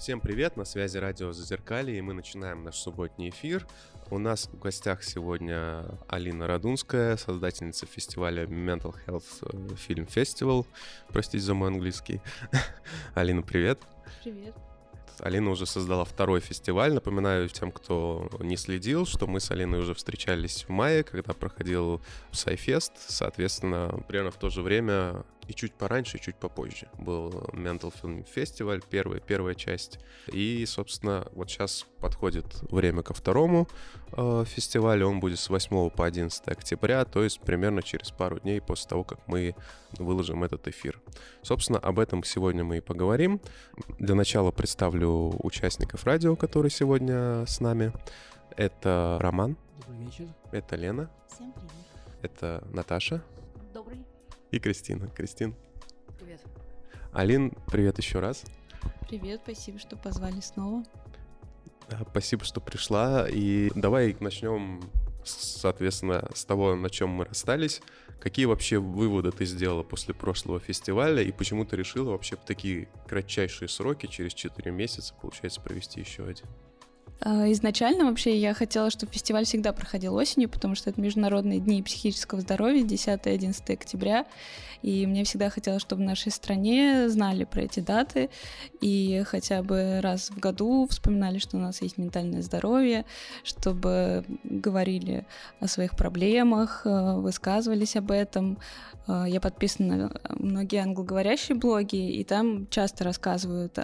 Всем привет, на связи радио Зазеркалье, и мы начинаем наш субботний эфир. У нас в гостях сегодня Алина Радунская, создательница фестиваля Mental Health Film Festival. Простите за мой английский. Алина, привет. Привет. Алина уже создала второй фестиваль. Напоминаю тем, кто не следил, что мы с Алиной уже встречались в мае, когда проходил SciFest. Соответственно, примерно в то же время и чуть пораньше, и чуть попозже был Mental Film Festival, первая часть. И, собственно, вот сейчас подходит время ко второму фестивалю. Он будет с 8 по 11 октября, то есть примерно через пару дней после того, как мы выложим этот эфир. Собственно, об этом сегодня мы и поговорим. Для начала представлю участников радио, которые сегодня с нами. Это Роман. Добрый вечер. Это Лена. Всем привет. Это Наташа. Добрый. И Кристина. Кристин. Привет. Алин, привет еще раз. Привет, спасибо, что позвали снова. Спасибо, что пришла. И давай начнем, соответственно, с того, на чем мы расстались. Какие вообще выводы ты сделала после прошлого фестиваля и почему ты решила вообще в такие кратчайшие сроки, через 4 месяца, получается, провести еще один? Изначально вообще я хотела, чтобы фестиваль всегда проходил осенью, потому что это Международные дни психического здоровья, 10-11 октября, и мне всегда хотелось, чтобы в нашей стране знали про эти даты и хотя бы раз в году вспоминали, что у нас есть ментальное здоровье, чтобы говорили о своих проблемах, высказывались об этом. Я подписана на многие англоговорящие блоги, и там часто рассказывают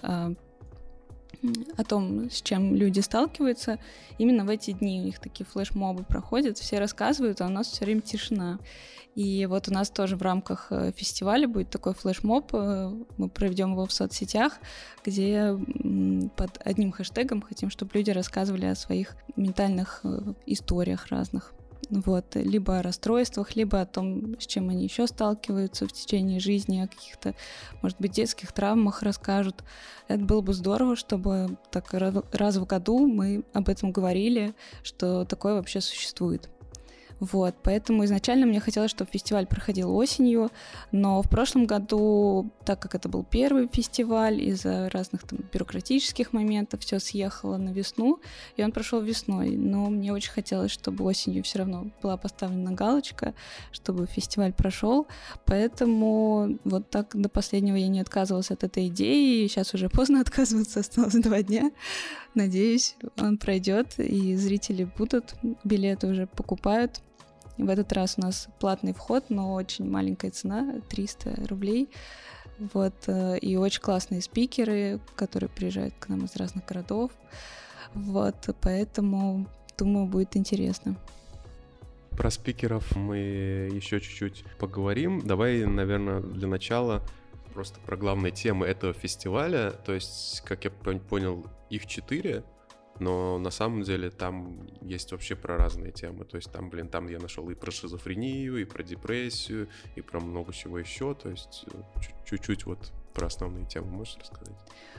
о том, с чем люди сталкиваются. Именно в эти дни у них такие флешмобы проходят, все рассказывают, а у нас все время тишина. И вот у нас тоже в рамках фестиваля будет такой флешмоб, мы проведем его в соцсетях, где под одним хэштегом хотим, чтобы люди рассказывали о своих ментальных историях разных. Вот, либо о расстройствах, либо о том, с чем они еще сталкиваются в течение жизни, о каких-то, может быть, детских травмах расскажут. Это было бы здорово, чтобы так раз в году мы об этом говорили, что такое вообще существует. Вот, поэтому изначально мне хотелось, чтобы фестиваль проходил осенью, но в прошлом году, так как это был первый фестиваль, из-за разных там бюрократических моментов все съехало на весну, и он прошел весной. Но мне очень хотелось, чтобы осенью все равно была поставлена галочка, чтобы фестиваль прошел, поэтому вот так до последнего я не отказывалась от этой идеи, и сейчас уже поздно отказываться, осталось 2 дня. Надеюсь, он пройдет, и зрители будут, билеты уже покупают. В этот раз у нас платный вход, но очень маленькая цена, 300 рублей. Вот, и очень классные спикеры, которые приезжают к нам из разных городов. Вот, поэтому, думаю, будет интересно. Про спикеров мы еще чуть-чуть поговорим. Давай, наверное, для начала просто про главные темы этого фестиваля. То есть, как я понял, их 4, но на самом деле там есть вообще про разные темы. То есть там я нашел и про шизофрению, и про депрессию, и про много чего еще. То есть чуть-чуть вот про основные темы можешь рассказать?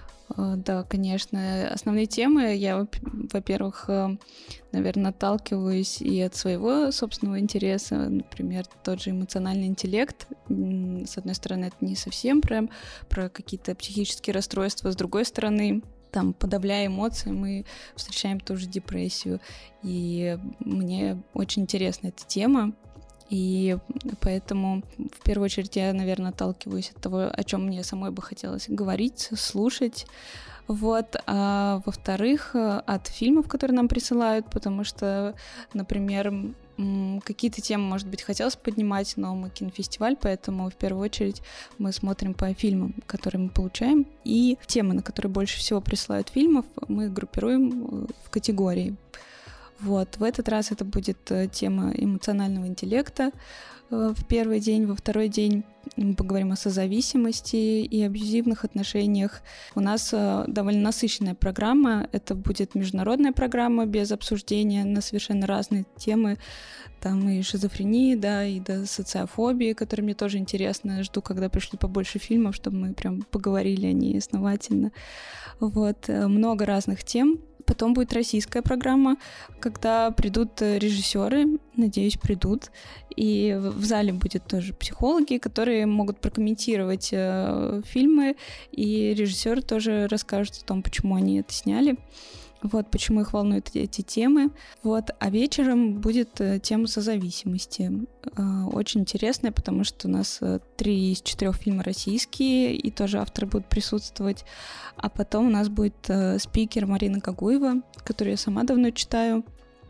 Да, конечно. Основные темы я, во-первых, наверное, отталкиваюсь и от своего собственного интереса. Например, тот же эмоциональный интеллект. С одной стороны, это не совсем про какие-то психические расстройства, с другой стороны, там, подавляя эмоции, мы встречаем ту же депрессию. И мне очень интересна эта тема. И поэтому, в первую очередь, я, наверное, отталкиваюсь от того, о чем мне самой бы хотелось говорить, слушать. Вот. А во-вторых, от фильмов, которые нам присылают, потому что, например, какие-то темы, может быть, хотелось поднимать, но мы кинофестиваль, поэтому в первую очередь мы смотрим по фильмам, которые мы получаем, и темы, на которые больше всего присылают фильмов, мы группируем в категории. Вот. В этот раз это будет тема эмоционального интеллекта в первый день, во второй день мы поговорим о созависимости и абьюзивных отношениях. У нас довольно насыщенная программа. Это будет международная программа без обсуждения на совершенно разные темы. Там и шизофрении, да, и до социофобии, которая мне тоже интересна. Жду, когда пришли побольше фильмов, чтобы мы прям поговорили о ней основательно. Вот. Много разных тем. Потом будет российская программа, когда придут режиссеры, надеюсь, придут. И в зале будет тоже психологи, которые могут прокомментировать фильмы, и режиссеры тоже расскажут о том, почему они это сняли. Вот, почему их волнуют эти темы. Вот, а вечером будет тема созависимости. Очень интересная, потому что у нас 3 из 4 фильма российские, и тоже авторы будут присутствовать. А потом у нас будет спикер Марина Кагуева, которую я сама давно читаю.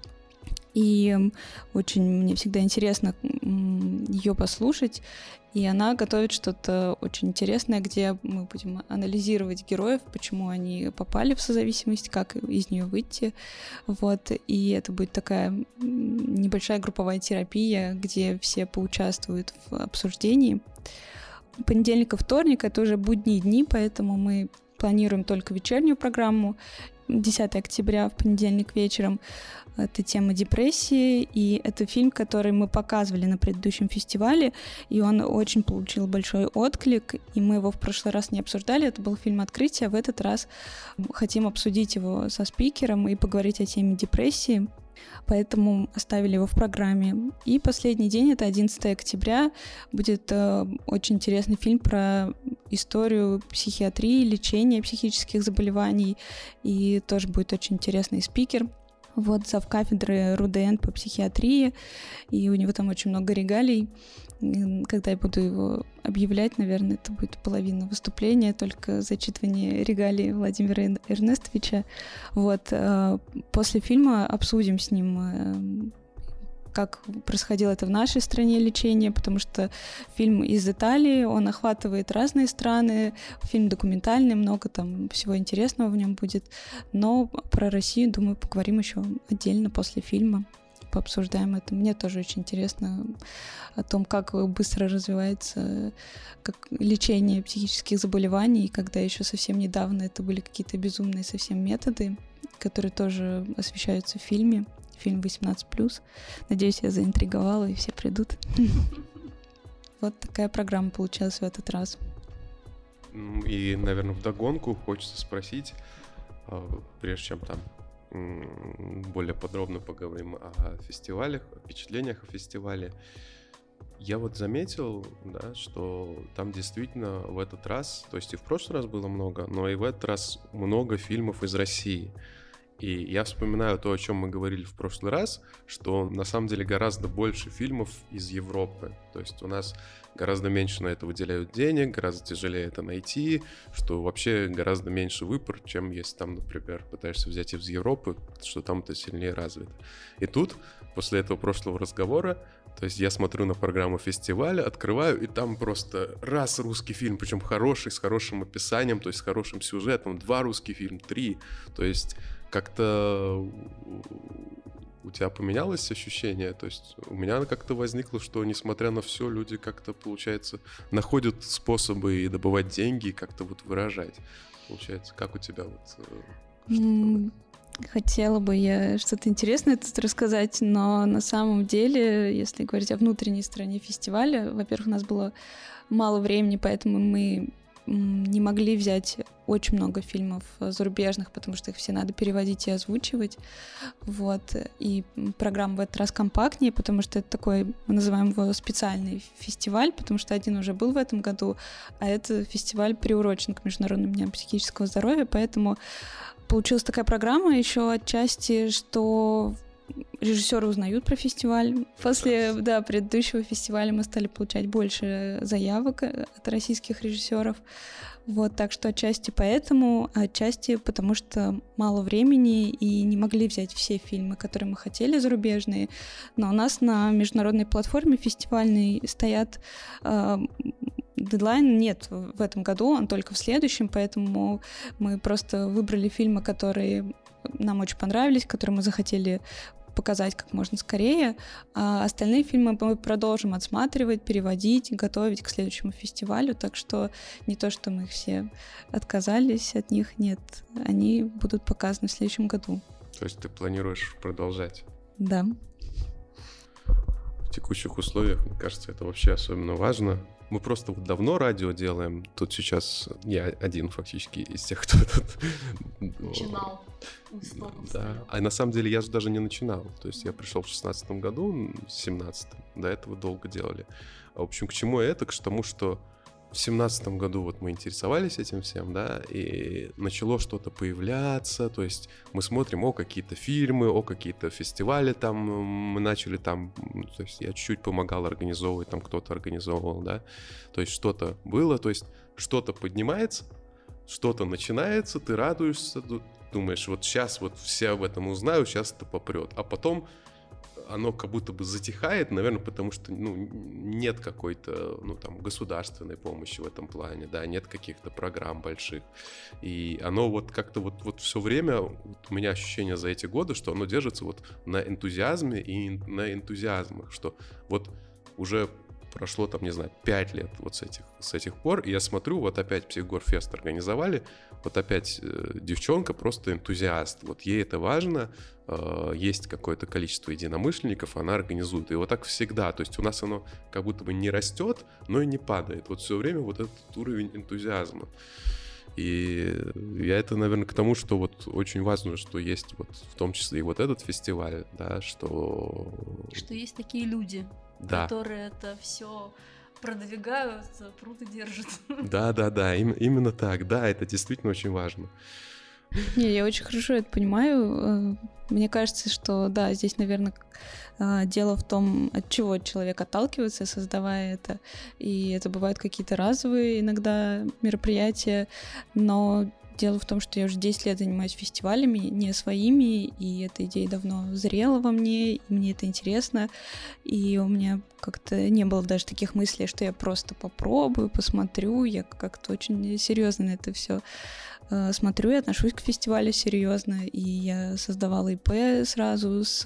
И очень мне всегда интересно ее послушать. И она готовит что-то очень интересное, где мы будем анализировать героев, почему они попали в созависимость, как из нее выйти. Вот. И это будет такая небольшая групповая терапия, где все поучаствуют в обсуждении. Понедельник и вторник — это уже будние дни, поэтому мы планируем только вечернюю программу. 10 октября в понедельник вечером. Это тема депрессии, и это фильм, который мы показывали на предыдущем фестивале, и он очень получил большой отклик, и мы его в прошлый раз не обсуждали, это был фильм «Открытие», а в этот раз хотим обсудить его со спикером и поговорить о теме депрессии, поэтому оставили его в программе. И последний день, это 11 октября, будет очень интересный фильм про историю психиатрии, лечения психических заболеваний, и тоже будет очень интересный спикер. Вот, завкафедры РУДН по психиатрии, и у него там очень много регалий. Когда я буду его объявлять, наверное, это будет половина выступления, только зачитывание регалий Владимира Эрнестовича. Вот, после фильма обсудим с ним, как происходило это в нашей стране лечение, потому что фильм из Италии, он охватывает разные страны, фильм документальный, много там всего интересного в нем будет, но про Россию, думаю, поговорим еще отдельно после фильма, пообсуждаем это. Мне тоже очень интересно о том, как быстро развивается как лечение психических заболеваний, когда еще совсем недавно это были какие-то безумные совсем методы, которые тоже освещаются в фильме. Фильм 18+. Надеюсь, я заинтриговала, и все придут. Вот такая программа получилась в этот раз. И, наверное, вдогонку хочется спросить, прежде чем там более подробно поговорим о фестивалях, о впечатлениях о фестивале. Я вот заметил, да, что там действительно в этот раз, то есть и в прошлый раз было много, но и в этот раз много фильмов из России. И я вспоминаю то, о чем мы говорили в прошлый раз, что на самом деле гораздо больше фильмов из Европы. То есть у нас гораздо меньше на это выделяют денег, гораздо тяжелее это найти, что вообще гораздо меньше выбор, чем если там, например, пытаешься взять из Европы, что там это сильнее развито. И тут, после этого прошлого разговора, то есть я смотрю на программу фестиваля, открываю, и там просто раз русский фильм, причем хороший, с хорошим описанием, то есть с хорошим сюжетом, 2 русских фильма, 3, то есть как-то у тебя поменялось ощущение? То есть у меня как-то возникло, что несмотря на все, люди как-то, получается, находят способы добывать деньги и как-то вот выражать. Получается, как у тебя вот? Хотела бы я что-то интересное тут рассказать, но на самом деле, если говорить о внутренней стороне фестиваля, во-первых, у нас было мало времени, поэтому мы не могли взять очень много фильмов зарубежных, потому что их все надо переводить и озвучивать. Вот. И программа в этот раз компактнее, потому что это такой, мы называем его специальный фестиваль, потому что один уже был в этом году, а этот фестиваль приурочен к Международным дням психического здоровья, поэтому получилась такая программа еще отчасти, что режиссеры узнают про фестиваль. После предыдущего фестиваля мы стали получать больше заявок от российских режиссеров. Вот, так что отчасти поэтому, а отчасти потому что мало времени и не могли взять все фильмы, которые мы хотели, зарубежные. Но у нас на международной платформе фестивальной стоят дедлайн нет в этом году, он только в следующем, поэтому мы просто выбрали фильмы, которые нам очень понравились, которые мы захотели показать как можно скорее, а остальные фильмы мы продолжим отсматривать, переводить, готовить к следующему фестивалю, так что не то, что мы все отказались от них, нет, они будут показаны в следующем году. То есть ты планируешь продолжать? Да. В текущих условиях, мне кажется, это вообще особенно важно, Мы просто вот давно радио делаем. Тут сейчас я один фактически из тех, кто тут... Начинал. Да. А на самом деле я же даже не начинал. То есть я пришел в 16-м году, в 17-м. До этого долго делали. В общем, к чему это? К тому, что в 17-м году вот мы интересовались этим всем, да, и начало что-то появляться, то есть мы смотрим, какие-то фильмы, какие-то фестивали там, мы начали там, то есть я чуть-чуть помогал организовывать, там кто-то организовывал, да, то есть что-то было, то есть что-то поднимается, что-то начинается, ты радуешься, думаешь, вот сейчас вот все об этом узнают, сейчас это попрет, а потом оно как будто бы затихает, наверное, потому что, нет какой-то, там, государственной помощи в этом плане, да, нет каких-то программ больших, и оно вот как-то вот все время, у меня ощущение за эти годы, что оно держится вот на энтузиазме и на энтузиазмах, что вот уже прошло, там, не знаю, 5 лет вот с этих пор, и я смотрю, вот опять Психгорфест организовали, вот опять девчонка просто энтузиаст, вот ей это важно, есть какое-то количество единомышленников, она организует, и вот так всегда, то есть у нас оно как будто бы не растет, но и не падает, вот все время вот этот уровень энтузиазма. И я это, наверное, к тому, что вот очень важно, что есть вот в том числе и вот этот фестиваль, да, что есть такие люди, да, которые это все продвигают, прут и держат. Да, именно так, да, это действительно очень важно. Не, я очень хорошо это понимаю. Мне кажется, что да, здесь, наверное, дело в том, от чего человек отталкивается, создавая это. И это бывают какие-то разовые иногда мероприятия, но дело в том, что я уже 10 лет занимаюсь фестивалями, не своими, и эта идея давно зрела во мне, и мне это интересно, и у меня как-то не было даже таких мыслей, что я просто попробую, посмотрю, я как-то очень серьезно на это все смотрю и отношусь к фестивалю серьезно, и я создавала ИП сразу с...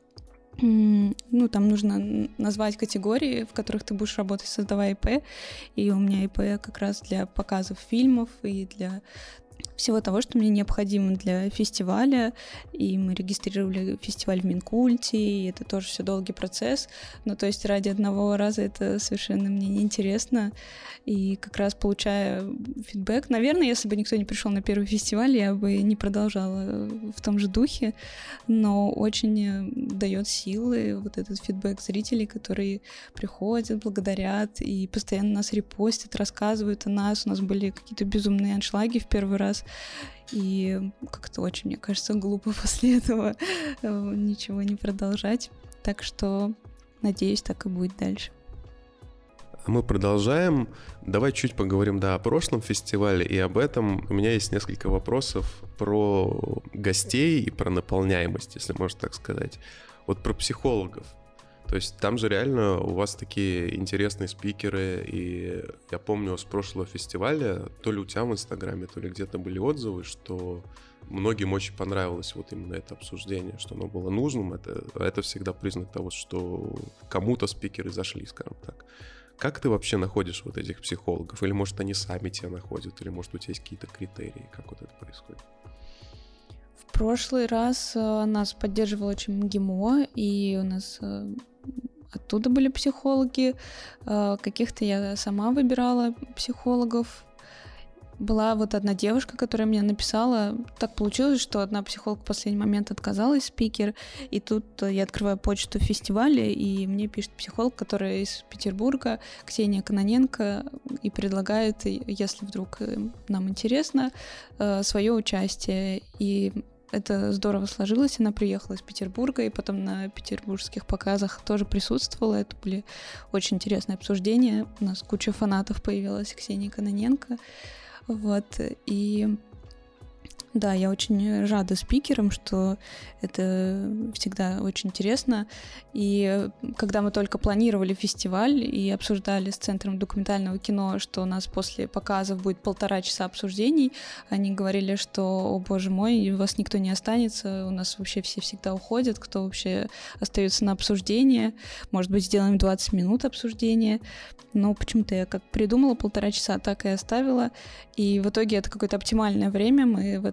там нужно назвать категории, в которых ты будешь работать, создавая ИП, и у меня ИП как раз для показов фильмов и для всего того, что мне необходимо для фестиваля, и мы регистрировали фестиваль в Минкульте, и это тоже все долгий процесс, но то есть ради одного раза это совершенно мне неинтересно, и как раз получая фидбэк, наверное, если бы никто не пришел на первый фестиваль, я бы не продолжала в том же духе, но очень дает силы вот этот фидбэк зрителей, которые приходят, благодарят и постоянно нас репостят, рассказывают о нас, у нас были какие-то безумные аншлаги в первый раз, и как-то очень, мне кажется, глупо после этого ничего не продолжать. Так что, надеюсь, так и будет дальше. Мы продолжаем. Давай чуть поговорим, о прошлом фестивале, и об этом у меня есть несколько вопросов про гостей и про наполняемость, если можно так сказать. Вот про психологов. То есть там же реально у вас такие интересные спикеры, и я помню с прошлого фестиваля, то ли у тебя в Инстаграме, то ли где-то были отзывы, что многим очень понравилось вот именно это обсуждение, что оно было нужным. Это всегда признак того, что кому-то спикеры зашли, скажем так. Как ты вообще находишь вот этих психологов? Или, может, они сами тебя находят? Или, может, у тебя есть какие-то критерии? Как вот это происходит? В прошлый раз нас поддерживал очень МГИМО, и у нас оттуда были психологи. Каких-то я сама выбирала психологов. Была вот одна девушка, которая мне написала. Так получилось, что одна психолог в последний момент отказалась, спикер. И тут я открываю почту фестиваля, и мне пишет психолог, которая из Петербурга, Ксения Кононенко, и предлагает, если вдруг нам интересно, свое участие. И это здорово сложилось. Она приехала из Петербурга, и потом на петербургских показах тоже присутствовала. Это были очень интересные обсуждения. У нас куча фанатов появилась Ксении Кононенко. Вот, и да, я очень рада спикерам, что это всегда очень интересно. И когда мы только планировали фестиваль и обсуждали с Центром документального кино, что у нас после показов будет 1,5 часа обсуждений, они говорили, что, о боже мой, у вас никто не останется, у нас вообще все всегда уходят, кто вообще остается на обсуждение, может быть, сделаем 20 минут обсуждения. Но почему-то я как придумала 1,5 часа, так и оставила. И в итоге это какое-то оптимальное время. Мы в этот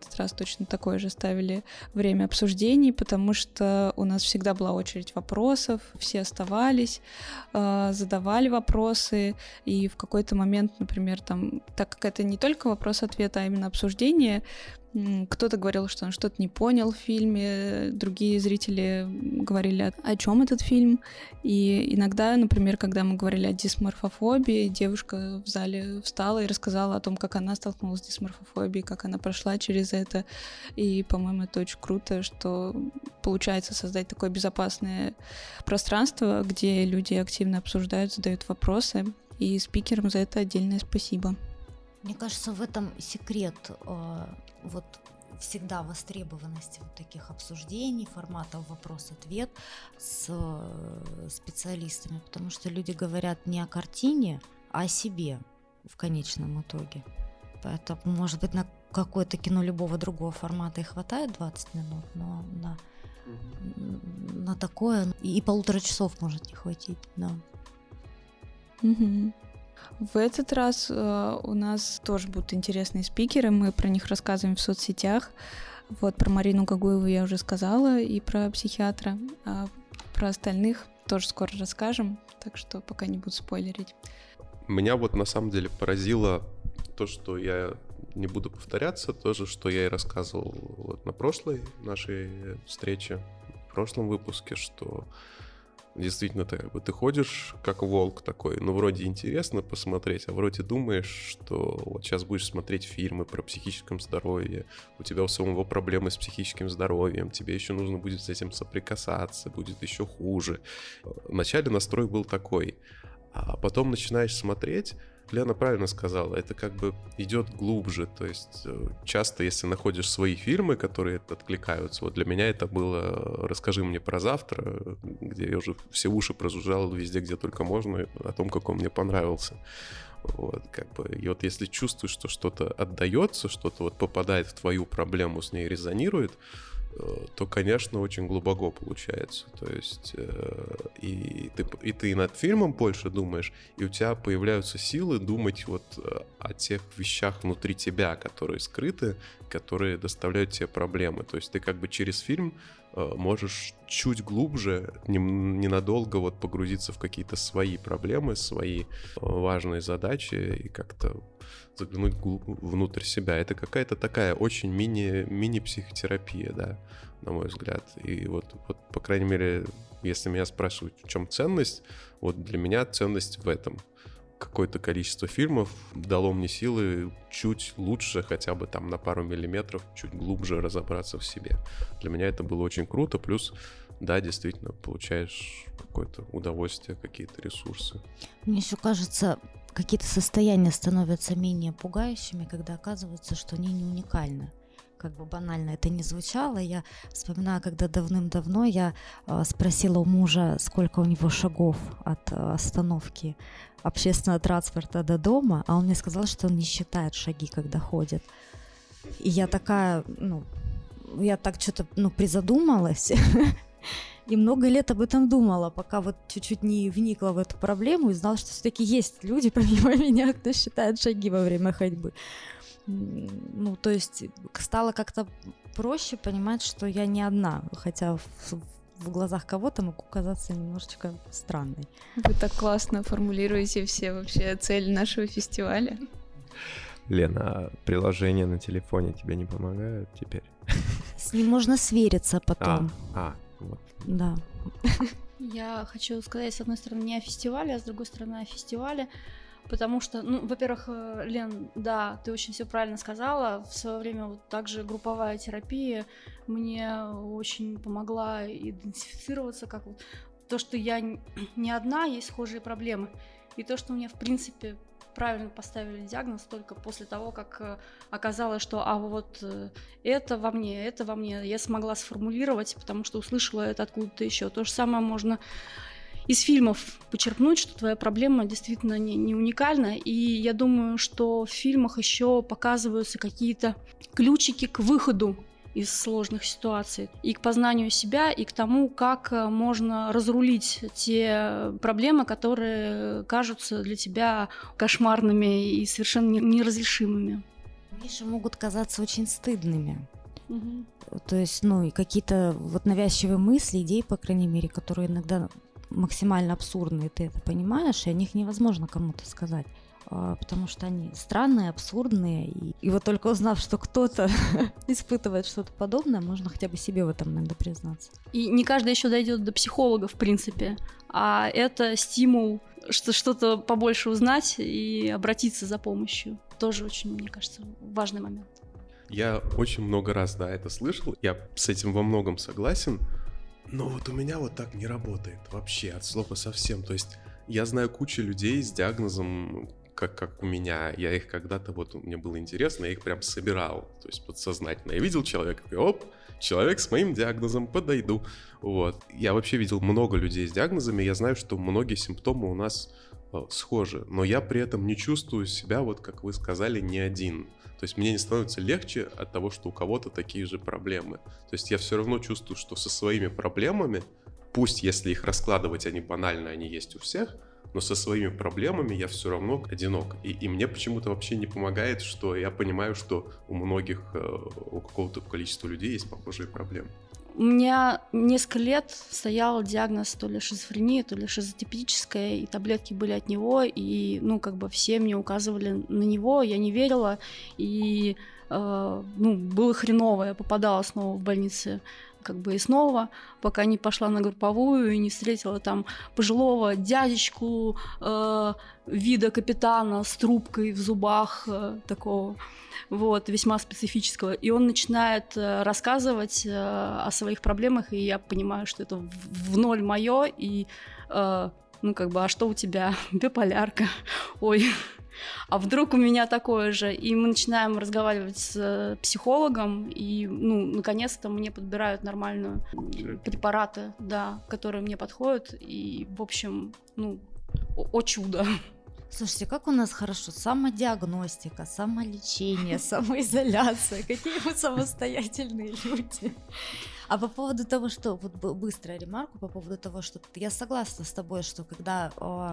этот раз точно такое же ставили время обсуждений, потому что у нас всегда была очередь вопросов, все оставались, задавали вопросы, и в какой-то момент, например, там, так как это не только вопрос-ответ, а именно обсуждение, кто-то говорил, что он что-то не понял в фильме, другие зрители говорили, о чем этот фильм. И иногда, например, когда мы говорили о дисморфофобии, девушка в зале встала и рассказала о том, как она столкнулась с дисморфофобией, как она прошла через это. И, по-моему, это очень круто, что получается создать такое безопасное пространство, где люди активно обсуждают, задают вопросы. И спикерам за это отдельное спасибо. Мне кажется, в этом секрет вот всегда востребованности вот таких обсуждений, форматов вопрос-ответ с специалистами, потому что люди говорят не о картине, а о себе в конечном итоге. Поэтому, может быть, на какое-то кино любого другого формата и хватает 20 минут, но на такое и 1,5 часов может не хватить, да. Угу. В этот раз у нас тоже будут интересные спикеры, мы про них рассказываем в соцсетях. Вот про Марину Гагуеву я уже сказала, и про психиатра, а про остальных тоже скоро расскажем, так что пока не буду спойлерить. Меня вот на самом деле поразило то, что я не буду повторяться, то же, что я и рассказывал вот на прошлой нашей встрече, в прошлом выпуске, что действительно ты ходишь как волк такой, ну вроде интересно посмотреть, а вроде думаешь, что вот сейчас будешь смотреть фильмы про психическое здоровье, у тебя у самого проблемы с психическим здоровьем, тебе еще нужно будет с этим соприкасаться, будет еще хуже. Вначале настрой был такой, а потом начинаешь смотреть. Лена правильно сказала, это как бы идет глубже, то есть часто, если находишь свои фильмы, которые откликаются, вот для меня это было «Расскажи мне про завтра», где я уже все уши прожужжал везде, где только можно, о том, как он мне понравился. Вот, как бы, и вот если чувствуешь, что что-то отдается, что-то вот попадает в твою проблему, с ней резонирует, то, конечно, очень глубоко получается. То есть и ты над фильмом больше думаешь, и у тебя появляются силы думать вот о тех вещах внутри тебя, которые скрыты, которые доставляют тебе проблемы. То есть ты как бы через фильм можешь чуть глубже, ненадолго вот погрузиться в какие-то свои проблемы, свои важные задачи и как-то заглянуть внутрь себя. Это какая-то такая очень мини-психотерапия, да, на мой взгляд. И вот, по крайней мере, если меня спрашивают, в чем ценность, вот для меня ценность в этом. Какое-то количество фильмов дало мне силы чуть лучше, хотя бы там на пару миллиметров, чуть глубже разобраться в себе. Для меня это было очень круто, плюс, да, действительно, получаешь какое-то удовольствие, какие-то ресурсы. Мне еще кажется, какие-то состояния становятся менее пугающими, когда оказывается, что они не уникальны. Как бы банально это ни звучало, я вспоминаю, когда давным-давно я спросила у мужа, сколько у него шагов от остановки общественного транспорта до дома, а он мне сказал, что он не считает шаги, когда ходит. И я такая, я так что-то, призадумалась, и много лет об этом думала, пока вот чуть-чуть не вникла в эту проблему и знала, что все-таки есть люди, помимо меня, кто считает шаги во время ходьбы. То есть стало как-то проще понимать, что я не одна, хотя в глазах кого-то могу казаться немножечко странной. Вы так классно формулируете все вообще цели нашего фестиваля. Лена, а приложения на телефоне тебе не помогают теперь? С ним можно свериться потом. Вот. Да. Я хочу сказать, с одной стороны, не о фестивале, а с другой стороны, о фестивале. Потому что, во-первых, Лен, да, ты очень все правильно сказала. В свое время вот также групповая терапия мне очень помогла идентифицироваться, как вот то, что я не одна, есть схожие проблемы. И то, что мне, в принципе, правильно поставили диагноз только после того, как оказалось, что это во мне, я смогла сформулировать, потому что услышала это откуда-то еще. То же самое можно из фильмов почерпнуть, что твоя проблема действительно не уникальна. И я думаю, что в фильмах еще показываются какие-то ключики к выходу из сложных ситуаций, и к познанию себя, и к тому, как можно разрулить те проблемы, которые кажутся для тебя кошмарными и совершенно неразрешимыми. Вещи могут казаться очень стыдными. Мгм. То есть, и какие-то вот навязчивые мысли, идеи, по крайней мере, которые иногда максимально абсурдные, ты это понимаешь, и о них невозможно кому-то сказать. Потому что они странные, абсурдные, и вот только узнав, что кто-то испытывает что-то подобное, можно хотя бы себе в этом иногда признаться. И не каждый еще дойдет до психолога, в принципе, а это стимул что-то побольше узнать и обратиться за помощью. Тоже очень, мне кажется, важный момент. Я очень много раз, это слышал, я с этим во многом согласен, но вот у меня вот так не работает вообще, от слова совсем. То есть я знаю кучу людей с диагнозом, как у меня, я их когда-то, мне было интересно, я их прям собирал, то есть подсознательно. Я видел человека, человек с моим диагнозом, подойду. Я вообще видел много людей с диагнозами, я знаю, что многие симптомы у нас схожи, но я при этом не чувствую себя, как вы сказали, не один. То есть мне не становится легче от того, что у кого-то такие же проблемы. То есть я все равно чувствую, что со своими проблемами, пусть если их раскладывать, они банальны, они есть у всех, но со своими проблемами я все равно одинок. И мне почему-то вообще не помогает, что я понимаю, что у многих, у какого-то количества людей есть похожие проблемы. У меня несколько лет стоял диагноз то ли шизофрения, то ли шизотипическая, и таблетки были от него, и, все мне указывали на него, я не верила, и, было хреново, я попадала снова в больницы, и снова, пока не пошла на групповую и не встретила там пожилого дядечку вида капитана с трубкой в зубах такого, весьма специфического. И он начинает рассказывать о своих проблемах, и я понимаю, что это в ноль моё, и а что у тебя? Биполярка. Ой. А вдруг у меня такое же? И мы начинаем разговаривать с психологом, и, наконец-то мне подбирают нормальные препараты, которые мне подходят, и, в общем, о чудо. Слушайте, как у нас хорошо. Самодиагностика, самолечение, самоизоляция. Какие мы самостоятельные люди. А по поводу того, что... быстрая ремарка по поводу того, что... Я согласна с тобой, что когда...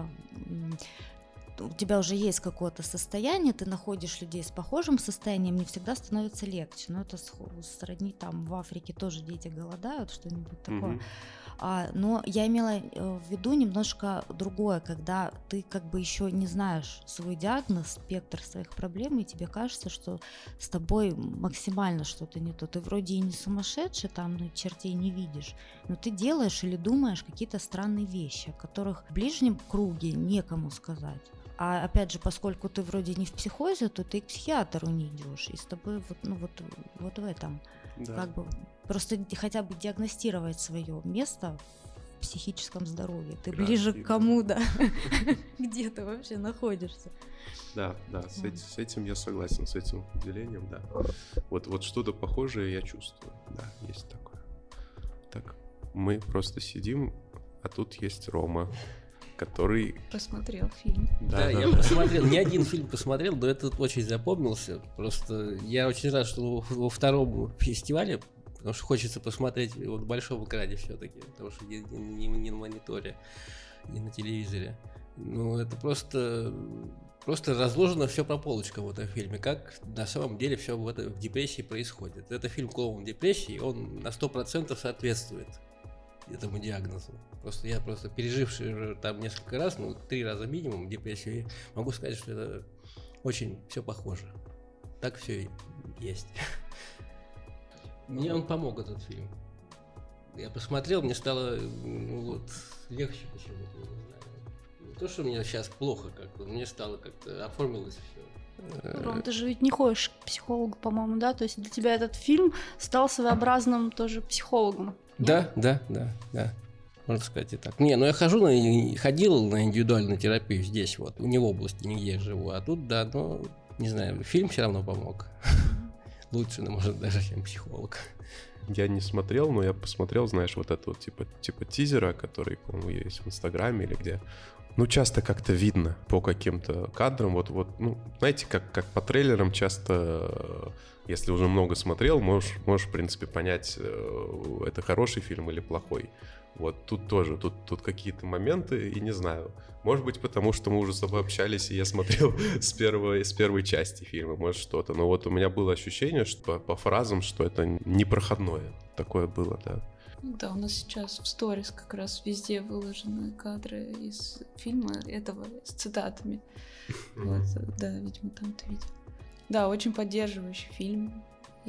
у тебя уже есть какое-то состояние, ты находишь людей с похожим состоянием, не всегда становится легче. Но это сродни в Африке тоже дети голодают, что-нибудь такое. Но я имела в виду немножко другое, когда ты еще не знаешь свой диагноз, спектр своих проблем, и тебе кажется, что с тобой максимально что-то не то. Ты вроде и не сумасшедший, чертей не видишь, но ты делаешь или думаешь какие-то странные вещи, о которых в ближнем круге некому сказать. А опять же, поскольку ты вроде не в психозе, то ты к психиатру не идешь, и с тобой в этом. Да. Просто хотя бы диагностировать свое место в психическом здоровье. Ты Правильно. ближе к кому, где ты вообще находишься. Да, с этим я согласен, с этим определением, да. Вот что-то похожее я чувствую, да, есть такое. Так, мы просто сидим, а тут есть Рома, который... Посмотрел фильм. Да, я посмотрел, не один фильм посмотрел, но этот очень запомнился. Просто я очень рад, что во втором фестивале, потому что хочется посмотреть в большом экране все-таки, потому что не на мониторе, не на телевизоре. Это просто разложено все по полочкам в этом фильме, как на самом деле все в депрессии происходит. Это фильм «Клоун депрессии», он на 100% соответствует этому диагнозу. Я переживший уже там несколько раз, 3 раза минимум депрессию, могу сказать, что это очень все похоже. Так все и есть. Мне он помог, этот фильм. Я посмотрел, мне стало легче почему-то, не знаю. Не то, что мне сейчас плохо как-то, мне стало как-то оформилось все. Ром, ты же ведь не ходишь к психологу, по-моему, да? То есть для тебя этот фильм стал своеобразным тоже психологом. Да. Можно сказать и так. Я ходил на индивидуальную терапию здесь, не в области, нигде я живу, а тут, не знаю, фильм все равно помог. Лучше, может, даже, чем психолог. Я не смотрел, но я посмотрел, знаешь, типа тизера, который, по-моему, есть в Инстаграме или где. Ну, часто как-то видно по каким-то кадрам. Ну, знаете, как по трейлерам часто, если уже много смотрел, можешь, в принципе, понять, это хороший фильм или плохой. Вот тут тоже, тут какие-то моменты, и не знаю. Может быть, потому что мы уже с тобой общались, и я смотрел с первой части фильма, может, что-то. Но вот у меня было ощущение, что по фразам, что это непроходное. Такое было, да. Да, у нас сейчас в сторис как раз везде выложены кадры из фильма этого с цитатами. Вот, да, видимо, там ты видел. Да, очень поддерживающий фильм,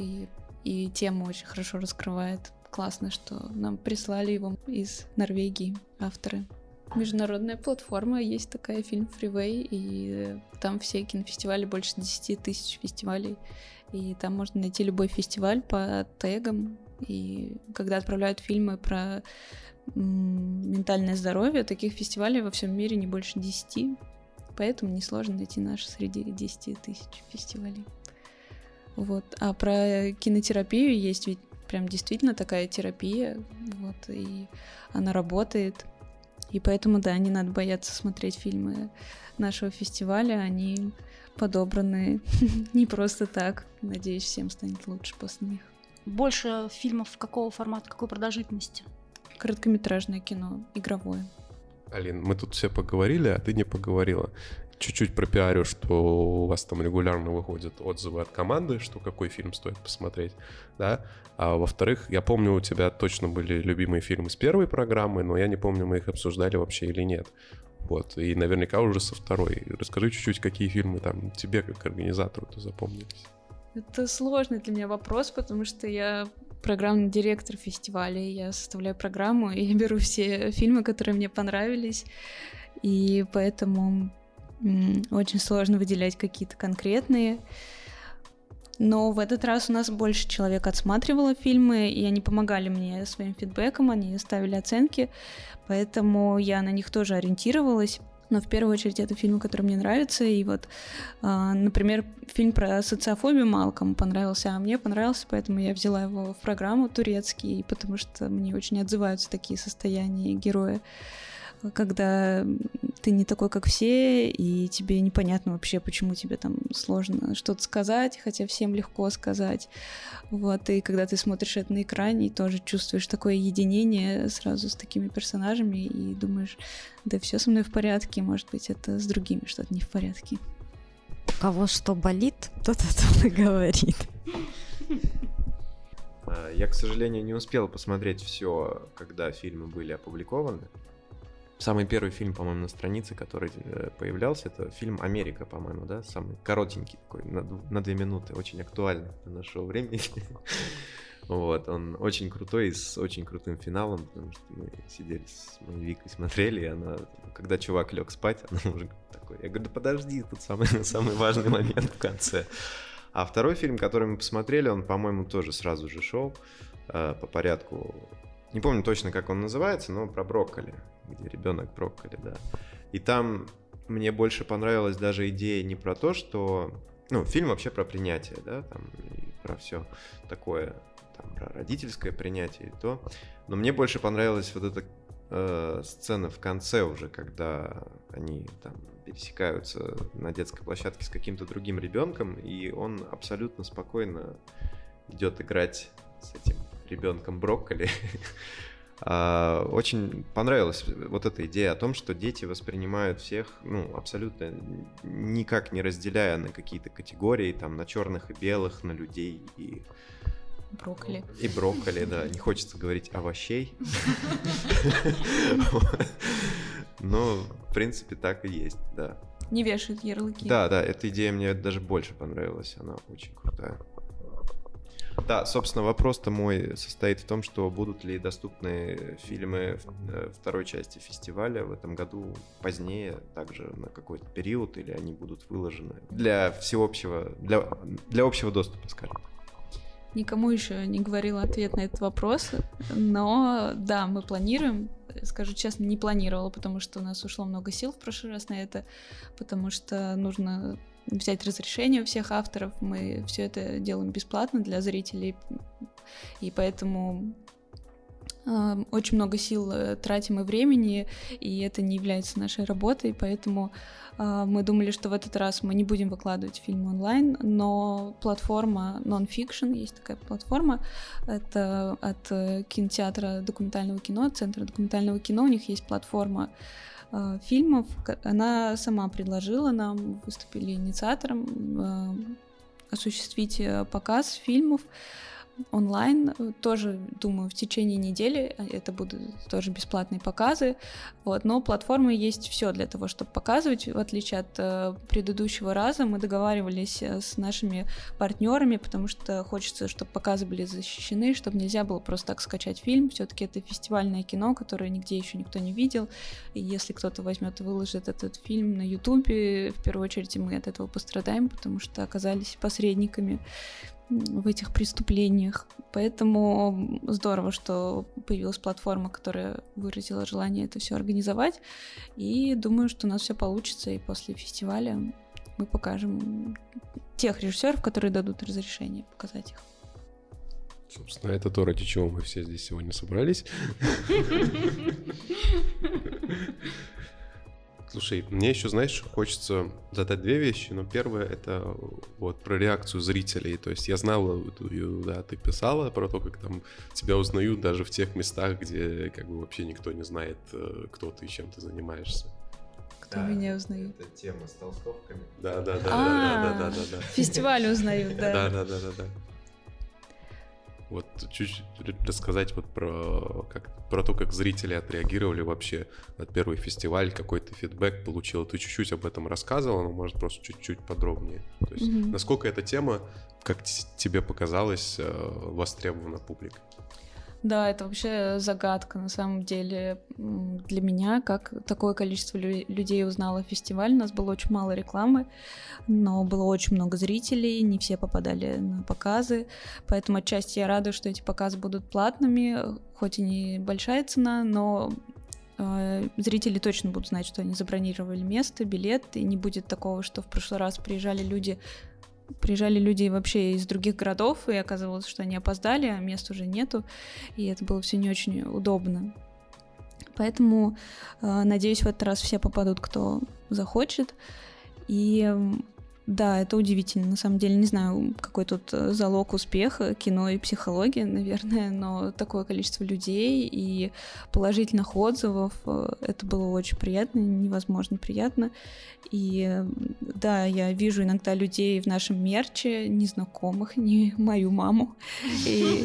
и тему очень хорошо раскрывает. Классно, что нам прислали его из Норвегии авторы. Международная платформа, есть такая, фильм Freeway, и там все кинофестивали, больше 10 тысяч фестивалей, и там можно найти любой фестиваль по тегам, и когда отправляют фильмы про ментальное здоровье, таких фестивалей во всем мире не больше 10, поэтому несложно найти наш среди 10 тысяч фестивалей. Вот. А про кинотерапию есть ведь прям действительно такая терапия, вот, и она работает. И поэтому, да, не надо бояться смотреть фильмы нашего фестиваля, они подобраны не просто так. Надеюсь, всем станет лучше после них. Больше фильмов какого формата, какой продолжительности? Короткометражное кино, игровое. Алин, мы тут все поговорили, а ты не поговорила. Чуть-чуть пропиарю, что у вас там регулярно выходят отзывы от команды, что какой фильм стоит посмотреть, да. А во-вторых, я помню, у тебя точно были любимые фильмы с первой программы, но я не помню, мы их обсуждали вообще или нет. Вот, и наверняка уже со второй. Расскажи чуть-чуть, какие фильмы там тебе, как организатору-то, запомнились. Это сложный для меня вопрос, потому что я программный директор фестиваля, я составляю программу, и я беру все фильмы, которые мне понравились, и поэтому очень сложно выделять какие-то конкретные. Но в этот раз у нас больше человек отсматривало фильмы, и они помогали мне своим фидбэком, они ставили оценки, поэтому я на них тоже ориентировалась. Но в первую очередь это фильмы, которые мне нравятся. И вот, например, фильм про социофобию мало кому понравился, а мне понравился, поэтому я взяла его в программу, турецкий, потому что мне очень отзываются такие состояния героя, когда ты не такой, как все, и тебе непонятно вообще, почему тебе там сложно что-то сказать, хотя всем легко сказать. Вот, и когда ты смотришь это на экране, и тоже чувствуешь такое единение сразу с такими персонажами, и думаешь, да все со мной в порядке, может быть, это с другими что-то не в порядке. У кого что болит, тот о том и говорит. Я, к сожалению, не успел посмотреть все, когда фильмы были опубликованы. Самый первый фильм, по-моему, на странице, который появлялся, это фильм «Америка», по-моему, да? Самый коротенький такой, на 2 минуты, очень актуальный для нашего времени. Вот, он очень крутой и с очень крутым финалом, потому что мы сидели с моей Викой, смотрели, и она, когда чувак лег спать, она уже такой, я говорю, да подожди, тут самый важный момент в конце. А второй фильм, который мы посмотрели, он, по-моему, тоже сразу же шел по порядку. Не помню точно, как он называется, но про брокколи, где ребенок брокколи, да. И там мне больше понравилась даже идея не про то, что... Ну, фильм вообще про принятие, да, там, и про все такое, там, про родительское принятие и то. Но мне больше понравилась вот эта сцена в конце уже, когда они там пересекаются на детской площадке с каким-то другим ребенком, и он абсолютно спокойно идет играть с этим ребенком брокколи. Очень понравилась вот эта идея о том, что дети воспринимают всех, ну, абсолютно никак не разделяя на какие-то категории, там, на черных и белых, на людей и... Брокколи. И брокколи, да. Не хочется говорить овощей. Но, в принципе, так и есть, да. Не вешают ярлыки. Да, эта идея мне даже больше понравилась, она очень крутая. Да, собственно, вопрос-то мой состоит в том, что будут ли доступны фильмы второй части фестиваля в этом году позднее, также на какой-то период, или они будут выложены для всеобщего, для общего доступа, скажем. Никому еще не говорила ответ на этот вопрос, но да, мы планируем. Скажу честно, не планировала, потому что у нас ушло много сил в прошлый раз на это, потому что нужно взять разрешение у всех авторов. Мы все это делаем бесплатно для зрителей, и поэтому очень много сил тратим и времени, и это не является нашей работой, поэтому мы думали, что в этот раз мы не будем выкладывать фильм онлайн, но платформа Non-Fiction, есть такая платформа, это от кинотеатра документального кино, Центра документального кино, у них есть платформа фильмов, она сама предложила нам, выступили инициатором, осуществить показ фильмов онлайн, тоже, думаю, в течение недели, это будут тоже бесплатные показы, вот, но платформы есть все для того, чтобы показывать, в отличие от предыдущего раза, мы договаривались с нашими партнерами, потому что хочется, чтобы показы были защищены, чтобы нельзя было просто так скачать фильм, все-таки это фестивальное кино, которое нигде еще никто не видел, и если кто-то возьмет и выложит этот фильм на Ютубе, в первую очередь мы от этого пострадаем, потому что оказались посредниками в этих преступлениях. Поэтому здорово, что появилась платформа, которая выразила желание это все организовать. И думаю, что у нас все получится, и после фестиваля мы покажем тех режиссеров, которые дадут разрешение показать их. Собственно, это то, ради чего мы все здесь сегодня собрались. Слушай, мне еще, знаешь, хочется задать две вещи, но первое — это вот про реакцию зрителей. То есть я знала, да, ты писала про то, как там тебя узнают даже в тех местах, где как бы вообще никто не знает, кто ты и чем ты занимаешься. Кто меня узнает? Это тема с толстовками. Да. Фестиваль узнают, да. Да. Вот чуть рассказать вот про то, как зрители отреагировали вообще на первый фестиваль, какой ты фидбэк получил. Ты чуть-чуть об этом рассказывала, но, может, просто чуть-чуть подробнее. То есть насколько эта тема, как тебе показалось, востребована публикой? Да, это вообще загадка, на самом деле, для меня, как такое количество людей узнало фестиваль. У нас было очень мало рекламы, но было очень много зрителей, не все попадали на показы, поэтому отчасти я рада, что эти показы будут платными, хоть и небольшая цена, но зрители точно будут знать, что они забронировали место, билет, и не будет такого, что в прошлый раз приезжали люди вообще из других городов, и оказывалось, что они опоздали, а мест уже нету, и это было все не очень удобно. Поэтому, надеюсь, в этот раз все попадут, кто захочет. И да, это удивительно, на самом деле. Не знаю, какой тут залог успеха, кино и психология, наверное, но такое количество людей и положительных отзывов, это было очень приятно, невозможно приятно. И да, я вижу иногда людей в нашем мерче, незнакомых, не мою маму. И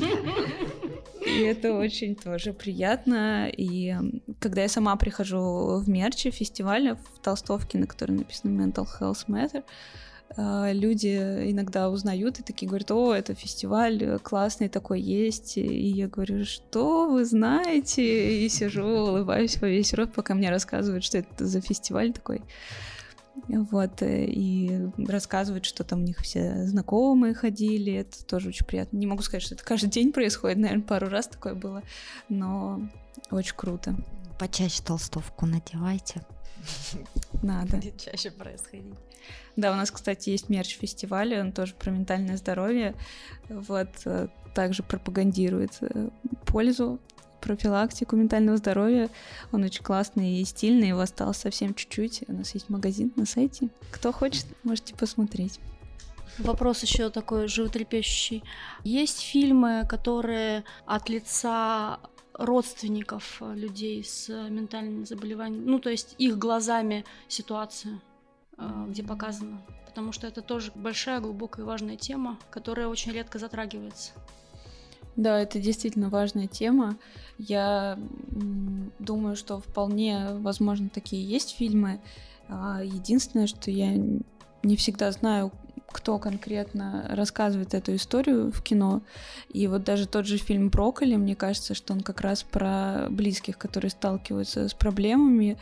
это очень тоже приятно. И когда я сама прихожу в мерче фестиваля, в толстовке, на которой написано Mental Health Matter, люди иногда узнают и такие говорят: о, это фестиваль классный такой есть. И я говорю: что вы знаете? И сижу, улыбаюсь во весь рот, пока мне рассказывают, что это за фестиваль такой. Вот, и рассказывают, что там у них все знакомые ходили, это тоже очень приятно. Не могу сказать, что это каждый день происходит, наверное, пару раз такое было, но очень круто. Почаще толстовку надевайте. Надо. Будет чаще происходить. Да, у нас, кстати, есть мерч фестиваля, он тоже про ментальное здоровье, вот, также пропагандирует пользу, профилактику ментального здоровья. Он очень классный и стильный, его осталось совсем чуть-чуть. У нас есть магазин на сайте. Кто хочет, можете посмотреть. Вопрос еще такой животрепещущий. Есть фильмы, которые от лица родственников людей с ментальными заболеваниями, ну, то есть их глазами ситуация, где показано? Потому что это тоже большая, глубокая и важная тема, которая очень редко затрагивается. Да, это действительно важная тема. Я думаю, что вполне возможно такие есть фильмы. Единственное, что я не всегда знаю, кто конкретно рассказывает эту историю в кино. И вот даже тот же фильм «Брокколи», мне кажется, что он как раз про близких, которые сталкиваются с проблемами,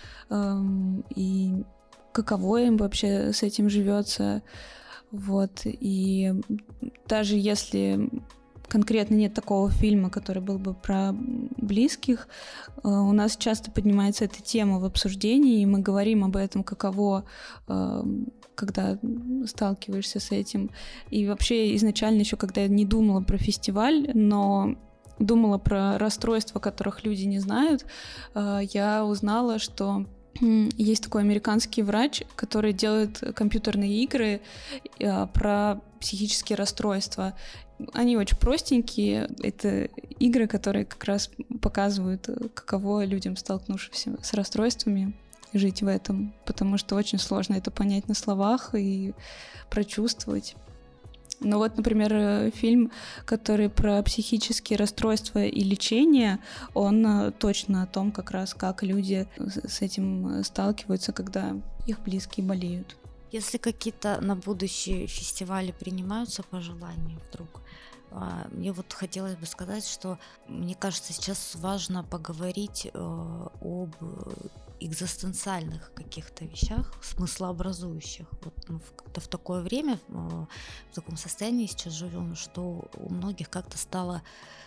и каково им вообще с этим живется. Вот. И даже если конкретно нет такого фильма, который был бы про близких, у нас часто поднимается эта тема в обсуждении, и мы говорим об этом, каково, когда сталкиваешься с этим. И вообще изначально еще, когда я не думала про фестиваль, но думала про расстройства, которых люди не знают, я узнала, что есть такой американский врач, который делает компьютерные игры про психические расстройства. Они очень простенькие. Это игры, которые как раз показывают, каково людям, столкнувшимся с расстройствами, жить в этом. Потому что очень сложно это понять на словах и прочувствовать. Ну вот, например, фильм, который про психические расстройства и лечение, он точно о том, как раз как люди с этим сталкиваются, когда их близкие болеют. Если какие-то на будущее фестивали принимаются по желанию вдруг, мне вот хотелось бы сказать, что мне кажется, сейчас важно поговорить об экзистенциальных каких-то вещах, смыслообразующих. Вот, как-то в такое время, в таком состоянии сейчас живем, что у многих как-то стало,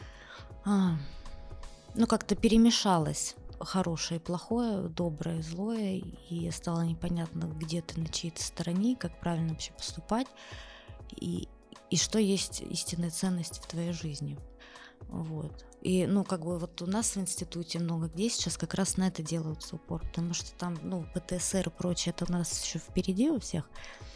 как-то перемешалось хорошее и плохое, доброе и злое, и стало непонятно, где ты на чьей-то стороне, как правильно вообще поступать, и что есть истинная ценность в твоей жизни. Вот. И, вот у нас в институте много где сейчас как раз на это делается упор, потому что там, ПТСР и прочее, это у нас еще впереди у всех.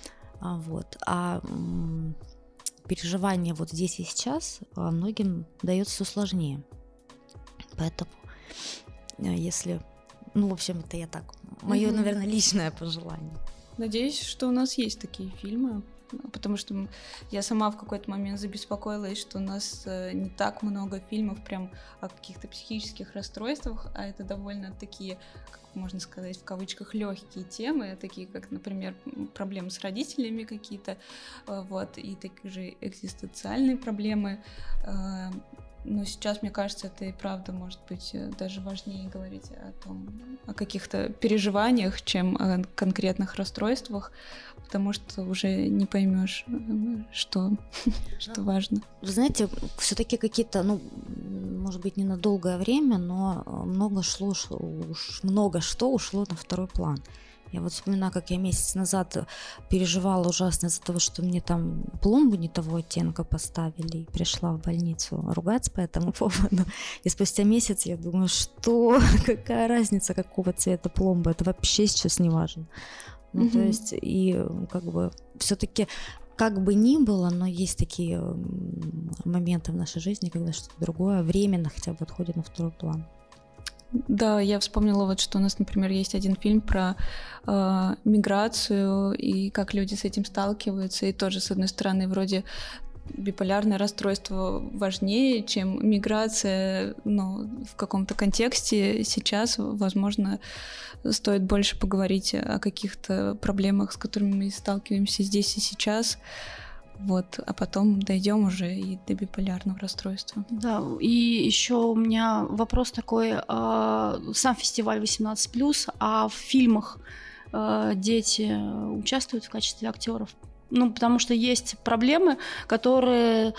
Переживание вот здесь и сейчас многим дается все сложнее. Поэтому, если... в общем, это я так... Мое, наверное, личное пожелание. Надеюсь, что у нас есть такие фильмы, потому что я сама в какой-то момент забеспокоилась, что у нас не так много фильмов прям о каких-то психических расстройствах, а это довольно такие, как можно сказать, в кавычках, легкие темы, такие как, например, проблемы с родителями какие-то, и такие же экзистенциальные проблемы. Но сейчас, мне кажется, это и правда может быть даже важнее говорить о каких-то переживаниях, чем о конкретных расстройствах, потому что уже не поймешь, что важно. Вы знаете, все-таки какие-то, может быть, не на долгое время, но много что ушло на второй план. Я вот вспоминаю, как я месяц назад переживала ужасно из-за того, что мне там пломбу не того оттенка поставили, и пришла в больницу ругаться по этому поводу. И спустя месяц я думаю, что какая разница, какого цвета пломба, это вообще сейчас не важно. То есть, и все-таки как бы ни было, но есть такие моменты в нашей жизни, когда что-то другое временно хотя бы отходит на второй план. Да, я вспомнила что у нас, например, есть один фильм про миграцию и как люди с этим сталкиваются, и тоже, с одной стороны, вроде биполярное расстройство важнее, чем миграция, но в каком-то контексте сейчас, возможно, стоит больше поговорить о каких-то проблемах, с которыми мы сталкиваемся здесь и сейчас. А потом дойдем уже и до биполярного расстройства. Да, и еще у меня вопрос такой. Сам фестиваль 18+, а в фильмах дети участвуют в качестве актеров? Потому что есть проблемы, которые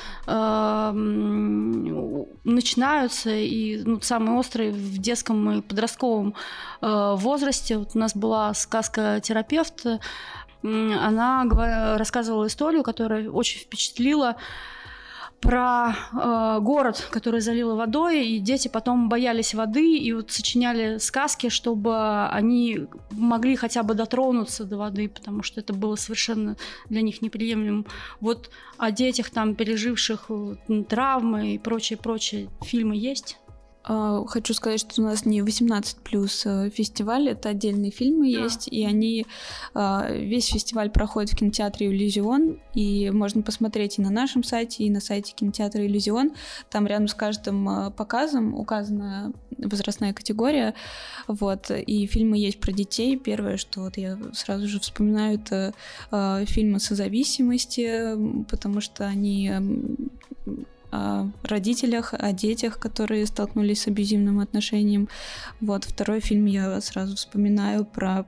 начинаются и самые острые в детском и подростковом возрасте. Вот у нас была сказка-терапевт. Она рассказывала историю, которая очень впечатлила, про город, который залило водой, и дети потом боялись воды, и сочиняли сказки, чтобы они могли хотя бы дотронуться до воды, потому что это было совершенно для них неприемлемым. О детях, переживших травмы и прочее, фильмы есть? Хочу сказать, что у нас не 18+ фестиваль, это отдельные фильмы есть, и они весь фестиваль проходит в кинотеатре «Иллюзион», и можно посмотреть и на нашем сайте, и на сайте кинотеатра «Иллюзион». Там рядом с каждым показом указана возрастная категория, и фильмы есть про детей. Первое, что я сразу же вспоминаю, это фильмы о созависимости, потому что они о родителях, о детях, которые столкнулись с абьюзивным отношением. Второй фильм я сразу вспоминаю про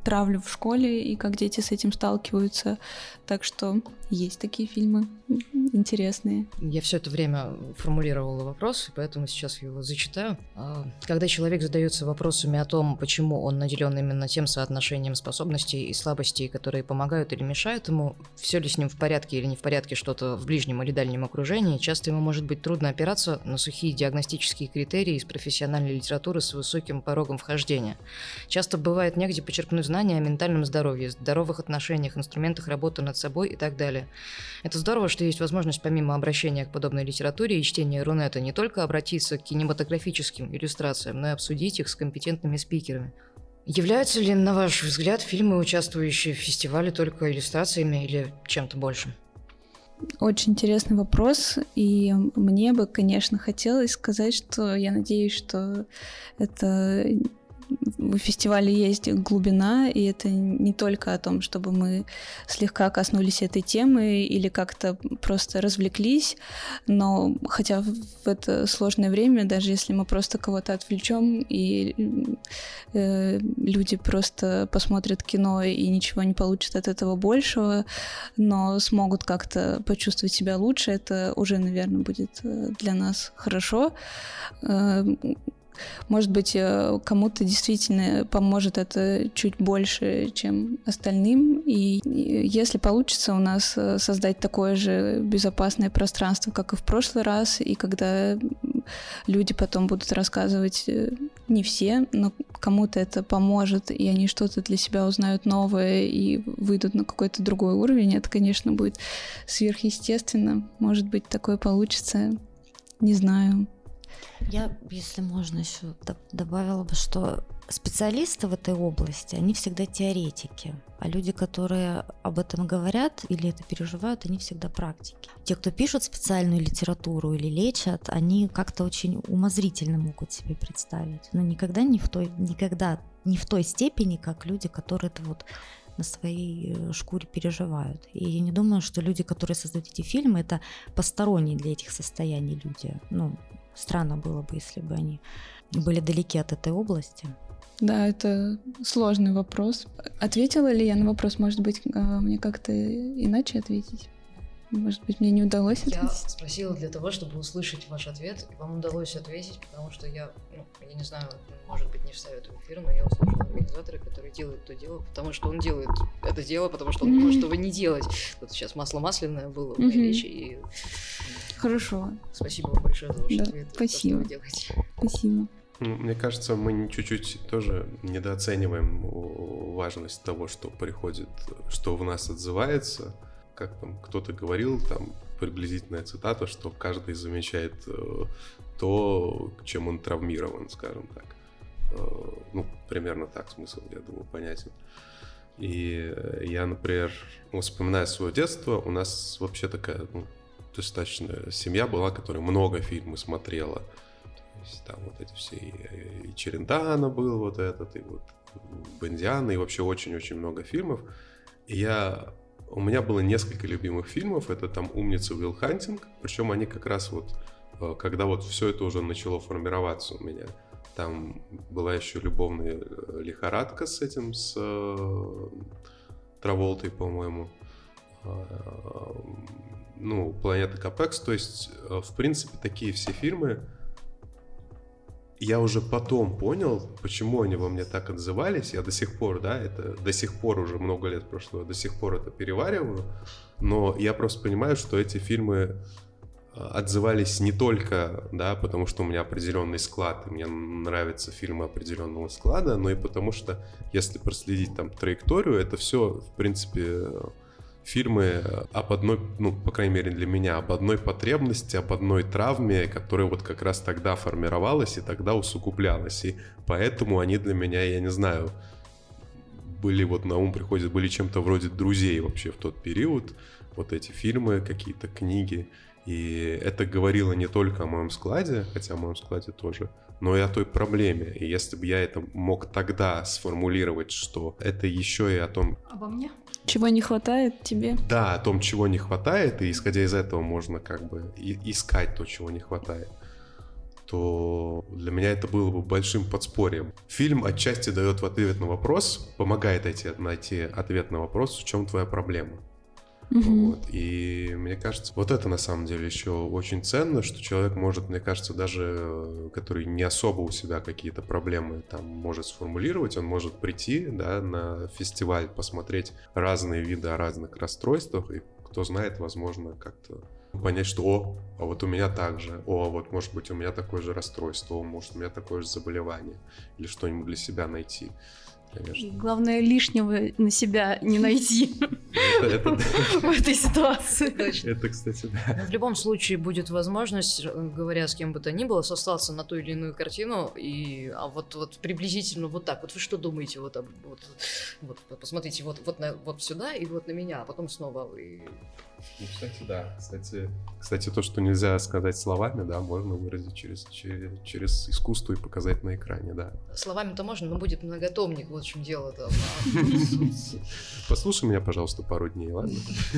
травлю в школе и как дети с этим сталкиваются. Так что есть такие фильмы интересные. Я все это время формулировала вопрос, и поэтому сейчас его зачитаю. Когда человек задается вопросами о том, почему он наделен именно тем соотношением способностей и слабостей, которые помогают или мешают ему, все ли с ним в порядке или не в порядке что-то в ближнем или дальнем окружении, часто ему может быть трудно опираться на сухие диагностические критерии из профессиональной литературы с высоким порогом вхождения. Часто бывает негде почерпнуть знания о ментальном здоровье, здоровых отношениях, инструментах работы над собой и так далее. Это здорово, что есть возможность помимо обращения к подобной литературе и чтения Рунета не только обратиться к кинематографическим иллюстрациям, но и обсудить их с компетентными спикерами. Являются ли, на ваш взгляд, фильмы, участвующие в фестивале, только иллюстрациями или чем-то большим? Очень интересный вопрос, и мне бы, конечно, хотелось сказать, что я надеюсь, что это... В фестивале есть глубина, и это не только о том, чтобы мы слегка коснулись этой темы или как-то просто развлеклись, но хотя в это сложное время, даже если мы просто кого-то отвлечем, и люди просто посмотрят кино и ничего не получат от этого большего, но смогут как-то почувствовать себя лучше, это уже, наверное, будет для нас хорошо. Может быть, кому-то действительно поможет это чуть больше, чем остальным. И если получится у нас создать такое же безопасное пространство, как и в прошлый раз, и когда люди потом будут рассказывать, не все, но кому-то это поможет, и они что-то для себя узнают новое и выйдут на какой-то другой уровень, это, конечно, будет сверхъестественно. Может быть, такое получится. Не знаю. Я, если можно, еще добавила бы, что специалисты в этой области, они всегда теоретики, а люди, которые об этом говорят или это переживают, они всегда практики. Те, кто пишут специальную литературу или лечат, они как-то очень умозрительно могут себе представить, но никогда не в той степени, как люди, которые это вот на своей шкуре переживают. И я не думаю, что люди, которые создают эти фильмы, это посторонние для этих состояний люди. Странно было бы, если бы они были далеки от этой области. Да, это сложный вопрос. Ответила ли я на вопрос? Может быть, мне как-то иначе ответить? Может быть, мне не удалось ответить? Я спросила для того, чтобы услышать ваш ответ. Вам удалось ответить, потому что я не знаю, может быть, не вставят в эфир, но я услышала организатора, который делает то дело, потому что он делает это дело, потому что он не может его не делать. Вот сейчас масло масляное было в моей речи. И... Хорошо. Спасибо вам большое за ваш ответ. Спасибо. То, что вы делаете. Спасибо. Мне кажется, мы чуть-чуть тоже недооцениваем важность того, что приходит, что в нас отзывается. Как там кто-то говорил, там приблизительная цитата, что каждый замечает то, чем он травмирован, скажем так. Примерно так смысл, я думаю, понятен. И я, например, вспоминая свое детство, у нас вообще такая достаточно семья была, которая много фильмов смотрела. То есть там вот эти все, и Черендана был вот этот, и вот Бондиана, и вообще очень-очень много фильмов. И у меня было несколько любимых фильмов, это там «Умница», «Уилл Хантинг», причем они как раз вот, когда вот все это уже начало формироваться у меня, там была еще «Любовная лихорадка» с этим, с Траволтой, по-моему, «Планета Капекс», то есть, в принципе, такие все фильмы, я уже потом понял, почему они во мне так отзывались. Я до сих пор, это до сих пор уже много лет прошло, до сих пор это перевариваю. Но я просто понимаю, что эти фильмы отзывались не только, потому что у меня определенный склад, и мне нравятся фильмы определенного склада, но и потому что, если проследить там траекторию, это все, в принципе, фильмы об одной, по крайней мере для меня, об одной потребности, об одной травме, которая вот как раз тогда формировалась и тогда усугублялась. И поэтому они для меня, я не знаю, были вот на ум приходят, были чем-то вроде друзей вообще в тот период. Вот эти фильмы, какие-то книги. И это говорило не только о моем складе, хотя о моем складе тоже, но и о той проблеме. И если бы я это мог тогда сформулировать, что это еще и о том... Обо мне? Чего не хватает тебе? Да, о том, чего не хватает, и исходя из этого можно как бы искать то, чего не хватает. то для меня это было бы большим подспорьем. Фильм отчасти дает ответ на вопрос, помогает найти ответ на вопрос, в чем твоя проблема. Вот. И мне кажется, вот это на самом деле еще очень ценно, что человек может, мне кажется, даже который не особо у себя какие-то проблемы там может сформулировать, он может прийти, да, на фестиваль, посмотреть разные виды о разных расстройствах, и кто знает, возможно, как-то понять, что а вот у меня так же, вот может быть у меня такое же расстройство, может у меня такое же заболевание, или что-нибудь для себя найти. Конечно. И главное, лишнего на себя не найти в этой ситуации. Это, кстати, да. В любом случае будет возможность, говоря с кем бы то ни было, сослаться на ту или иную картину, а вот приблизительно вот так. Вот вы что думаете? Вот посмотрите вот сюда и вот на меня, а потом снова вы... Ну, кстати, да. Кстати, то, что нельзя сказать словами, да, можно выразить через искусство и показать на экране, да. Словами-то можно, но будет многотомник, вот в чем дело-то. Послушай меня, пожалуйста, пару дней, ладно?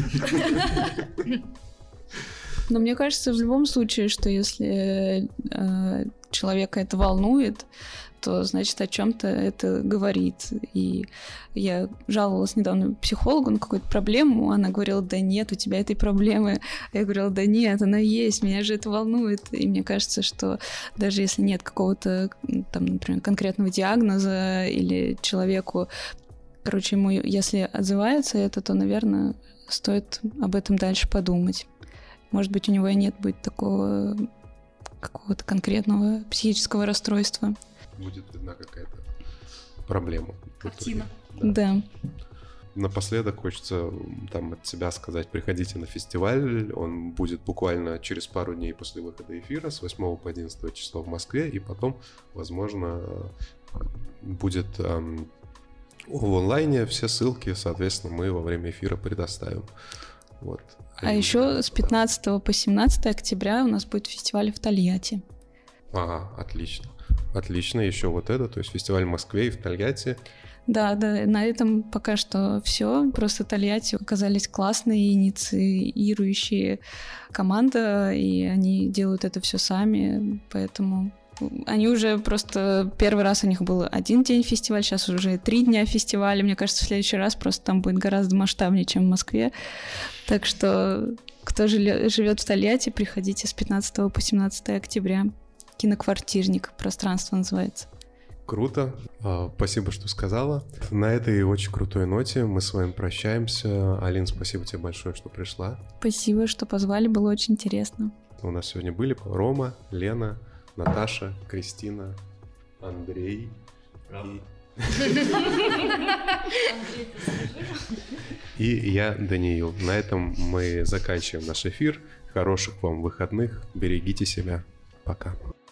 Но мне кажется, в любом случае, что если человека это волнует, то значит о чем-то это говорит. И я жаловалась недавно психологу на какую-то проблему, она говорила: да нет, у тебя этой проблемы. Я говорила: да нет, она есть, меня же это волнует. И мне кажется, что даже если нет какого-то, там, например, конкретного диагноза или человеку, короче, ему, если отзывается это, то, наверное, стоит об этом дальше подумать. Может быть, у него и нет будет такого какого-то конкретного психического расстройства. Будет видна какая-то проблема. Картина. Да. Напоследок хочется там от себя сказать: приходите на фестиваль, он будет буквально через пару дней после выхода эфира, с 8 по 11 число в Москве, и потом, возможно, будет в онлайне все ссылки, соответственно, мы во время эфира предоставим. Вот. А еще с 15 по 17 октября у нас будет фестиваль в Тольятти. Отлично. Отлично, еще вот это, то есть фестиваль в Москве и в Тольятти. Да, на этом пока что все. Просто Тольятти оказались классные, инициирующие команда, и они делают это все сами, поэтому они уже просто первый раз у них был один день фестиваль, сейчас уже 3 дня фестиваля. Мне кажется, в следующий раз просто там будет гораздо масштабнее, чем в Москве. Так что, кто живет в Тольятти, приходите с 15 по 17 октября. Киноквартирник, пространство называется. Круто. Спасибо, что сказала. На этой очень крутой ноте мы с вами прощаемся. Алин, спасибо тебе большое, что пришла. Спасибо, что позвали, было очень интересно. У нас сегодня были Рома, Лена, Наташа, Кристина, Андрей и я, Даниил. На этом мы заканчиваем наш эфир. Хороших вам выходных. Берегите себя. Пока.